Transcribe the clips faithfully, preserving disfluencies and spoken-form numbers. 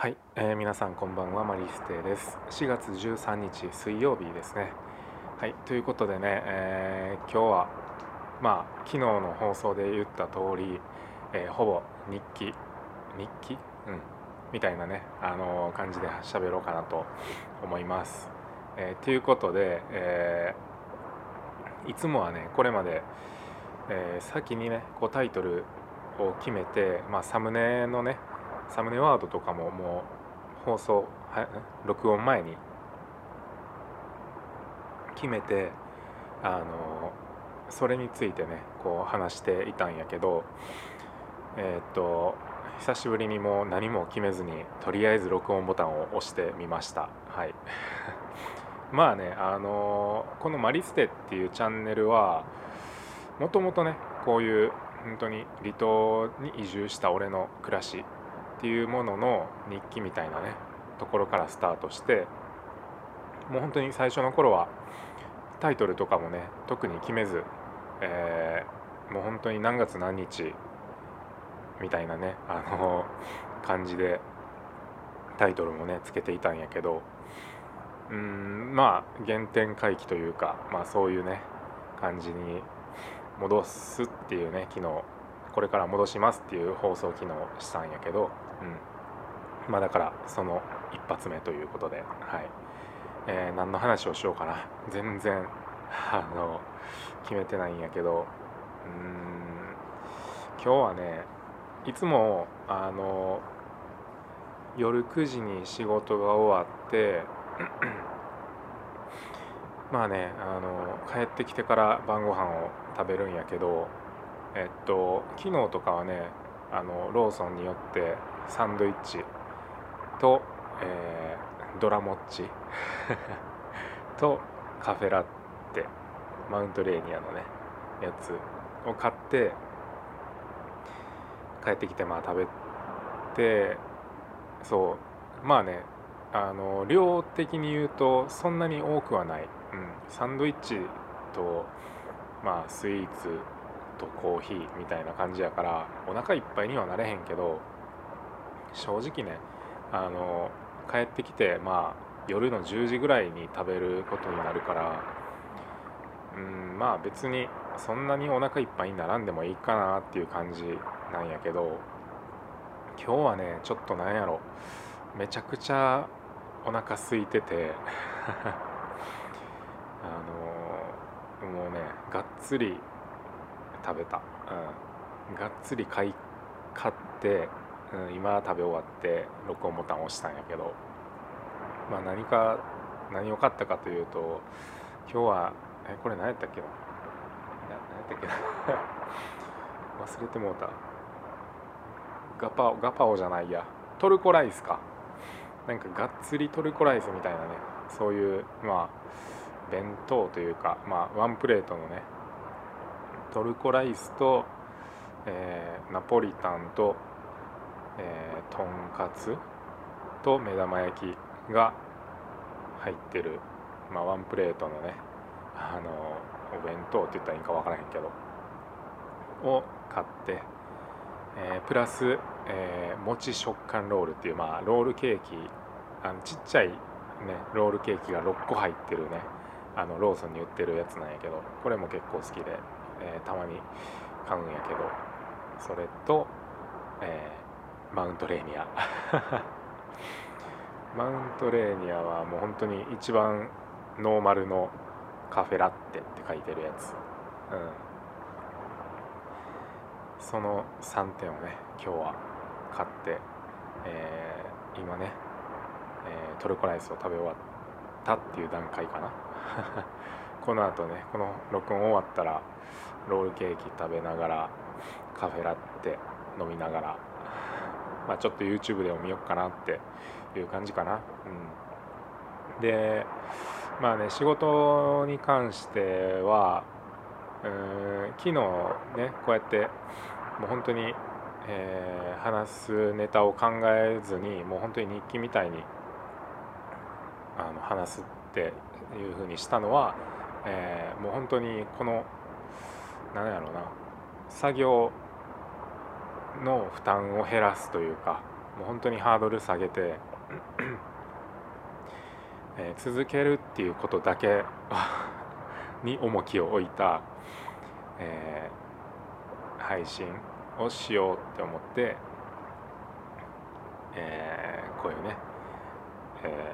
はい、えー皆さんこんばんは。マリステです。しがつじゅうさんにち水曜日ですね。はい、ということでね、えー今日はまあ昨日の放送で言った通り、えーほぼ日記日記うんみたいなね、あのー感じで喋ろうかなと思います。えーということで、えーいつもはねこれまで、えー先にねこうタイトルを決めて、まあ、サムネのねサムネワードとかももう放送は録音前に決めて、あのそれについてねこう話していたんやけど、えーっと久しぶりにもう何も決めずにとりあえず録音ボタンを押してみました。はいまあね、あのこのマリステっていうチャンネルはもともとねこういう本当に離島に移住した俺の暮らしっていうものの日記みたいなねところからスタートして、もう本当に最初の頃はタイトルとかもね特に決めず、えーもう本当に何月何日みたいなねあの感じでタイトルもねつけていたんやけど、うーんまあ原点回帰というか、まあそういうね感じに戻すっていうね昨日これから戻しますっていう放送機能をしたんやけど、うんまあだからその一発目ということで、はいえー何の話をしようかな全然あの決めてないんやけど、うーん今日はねいつもあの夜くじに仕事が終わってまあねあの帰ってきてから晩ご飯を食べるんやけど、えっと昨日とかはねあのローソンによってサンドイッチと、えードラモッチとカフェラテマウントレーニアのねやつを買って帰ってきてまあ食べて、そうまあねあの量的に言うとそんなに多くはない、うん、サンドイッチとまあスイーツとコーヒーみたいな感じやからお腹いっぱいにはなれへんけど、正直ねあの帰ってきてまあ夜のじゅうじぐらいに食べることになるから、うんまあ別にそんなにお腹いっぱいにならんでもいいかなっていう感じなんやけど、今日はねちょっとなんやろめちゃくちゃお腹空いててあのもうねがっつり食べた、うん、がっつり買い買って、うん、今食べ終わって録音ボタンを押したんやけど、まあ何か何を買ったかというと、今日はえこれ何やったっけなな何やったっけな忘れてもうた。ガパオガパオじゃないやトルコライスか。なんかがっつりトルコライスみたいなねそういうまあ弁当というか、まあワンプレートのねトルコライスと、えーナポリタンと、えーとんかつと目玉焼きが入ってる、まあ、ワンプレートのねあのお弁当って言ったらいいか分からへんけどを買って、えープラス、えー餅食感ロールっていう、まあ、ロールケーキ、あのちっちゃい、ね、ロールケーキがろっこ入ってるねあのローソンに売ってるやつなんやけど、これも結構好きで、えーたまに買うんやけど、それと、えーマウントレーニアマウントレーニアはもう本当に一番ノーマルのカフェラッテって書いてるやつ、うん、そのさんてんをね今日は買って、えー今ね、えートルコライスを食べ終わったっていう段階かなこの後ねこの録音終わったらロールケーキ食べながらカフェラテ飲みながら、まあ、ちょっと YouTube でも見ようかなっていう感じかな、うん、でまあね仕事に関してはうーん昨日ねこうやってもう本当に、えー話すネタを考えずにもう本当に日記みたいにあの話すっていう風にしたのは、えーもう本当にこの何やろうな作業の負担を減らすというか、 もう本当にハードル下げてえー続けるっていうことだけに重きを置いた、えー配信をしようって思って、えーこういうね、え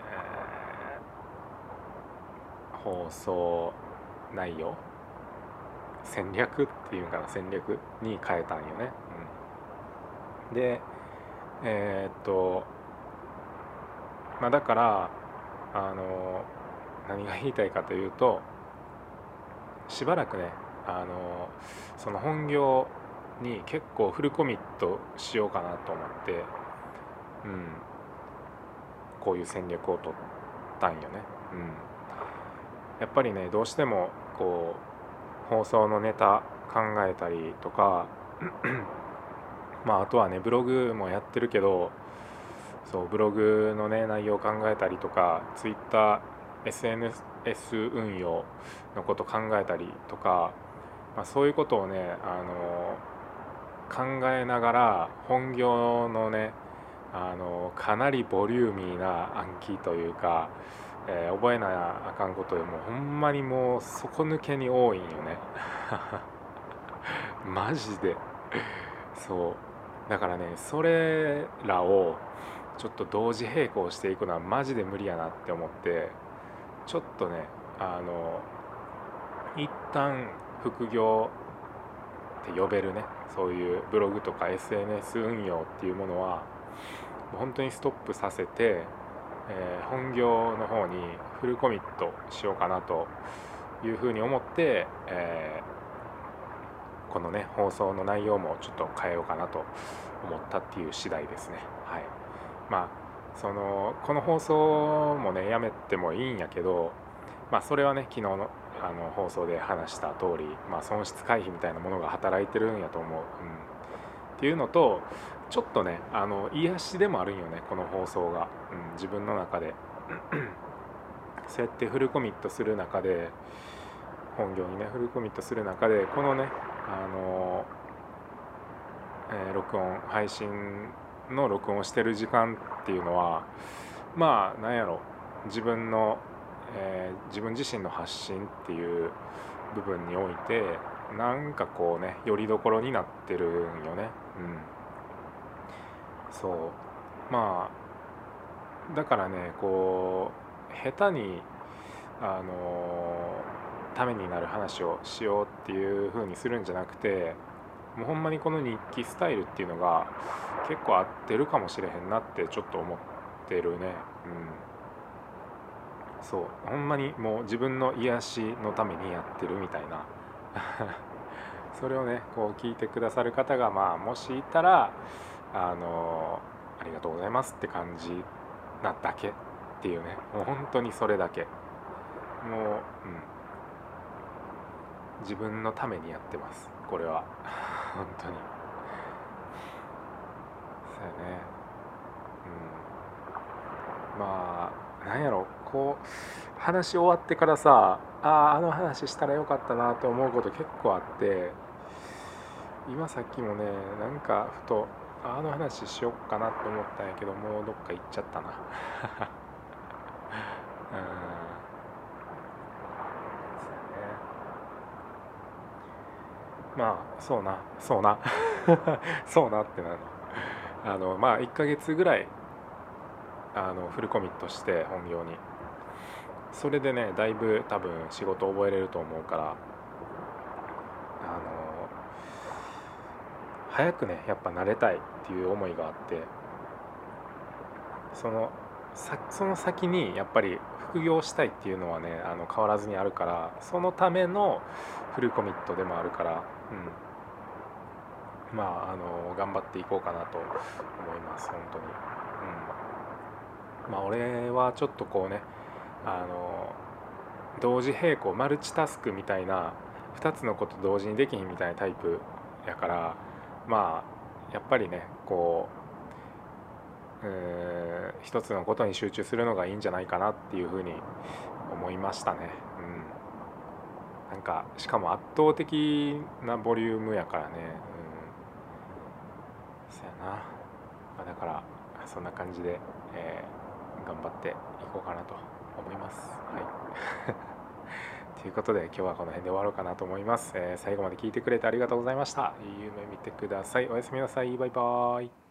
ー放送内容戦略っていうかな戦略に変えたんよね。うん、でえーっとまあだからあの何が言いたいかというと、しばらくねあのその本業に結構フルコミットしようかなと思って、うん、こういう戦略を取ったんよね。うん、やっぱりねどうしてもこう放送のネタ考えたりとかまああとはねブログもやってるけど、そうブログのね内容を考えたりとか、ツイッター エスエヌエス 運用のこと考えたりとか、まあ、そういうことをねあの考えながら本業のねあのかなりボリューミーな暗記というか、えー覚えなあかんことでもうほんまにもう底抜けに多いんよねマジで。そうだからねそれらをちょっと同時並行していくのはマジで無理やなって思って、ちょっとねあの一旦副業って呼べるねそういうブログとか エスエヌエス 運用っていうものはもう本当にストップさせて、えー本業の方にフルコミットしようかなというふうに思って、えーこのね放送の内容もちょっと変えようかなと思ったっていう次第ですね。はい。まあそのこの放送もねやめてもいいんやけど、まあそれはね昨日のあの放送で話した通り、まあ、損失回避みたいなものが働いてるんやと思う、うん、っていうのと、ちょっとねあの癒しでもあるんよねこの放送が、うん、自分の中でそうやってフルコミットする中で、本業にねフルコミットする中でこのねあの、えー録音配信の録音をしてる時間っていうのはまあなんやろ自分の、えー自分自身の発信っていう部分においてなんかこうねよりどころになってるんよね。うん、そうまあだからねこう下手にあのためになる話をしようっていう風にするんじゃなくて、もうほんまにこの日記スタイルっていうのが結構合ってるかもしれへんなってちょっと思ってるね。うん、そうほんまにもう自分の癒しのためにやってるみたいなそれをねこう聞いてくださる方がまあもしいたらあのありがとうございますって感じなだけっていうね、もう本当にそれだけ、もう、うん、自分のためにやってますこれは本当にそうやね。うん、まあなんやろこう話終わってからさあああの話したらよかったなと思うこと結構あって、今さっきもねなんかふとあの話しよっかなと思ったんやけどもうどっか行っちゃったなうんそうやね。まあそうなそうなそうなってなるのあのまあいっかげつぐらいあのフルコミットして本業に、それでねだいぶ多分仕事覚えれると思うから、あの早くねやっぱ慣れたいっていう思いがあって、そのさその先にやっぱり副業したいっていうのはねあの変わらずにあるから、そのためのフルコミットでもあるから、うん、まああの頑張っていこうかなと思います本当に。うん、まあ俺はちょっとこうねあの同時並行マルチタスクみたいなふたつのこと同時にできひんみたいなタイプやから、まあやっぱりねこう、えー、一つのことに集中するのがいいんじゃないかなっていうふうに思いましたね。うん、なんかしかも圧倒的なボリュームやからね、うん、そうやな、まあ、だからそんな感じで、えー頑張っていこうかなと思います。はい。ということで今日はこの辺で終わろうかなと思います。えー最後まで聞いてくれてありがとうございました。いい夢見てください。おやすみなさい。バイバーイ。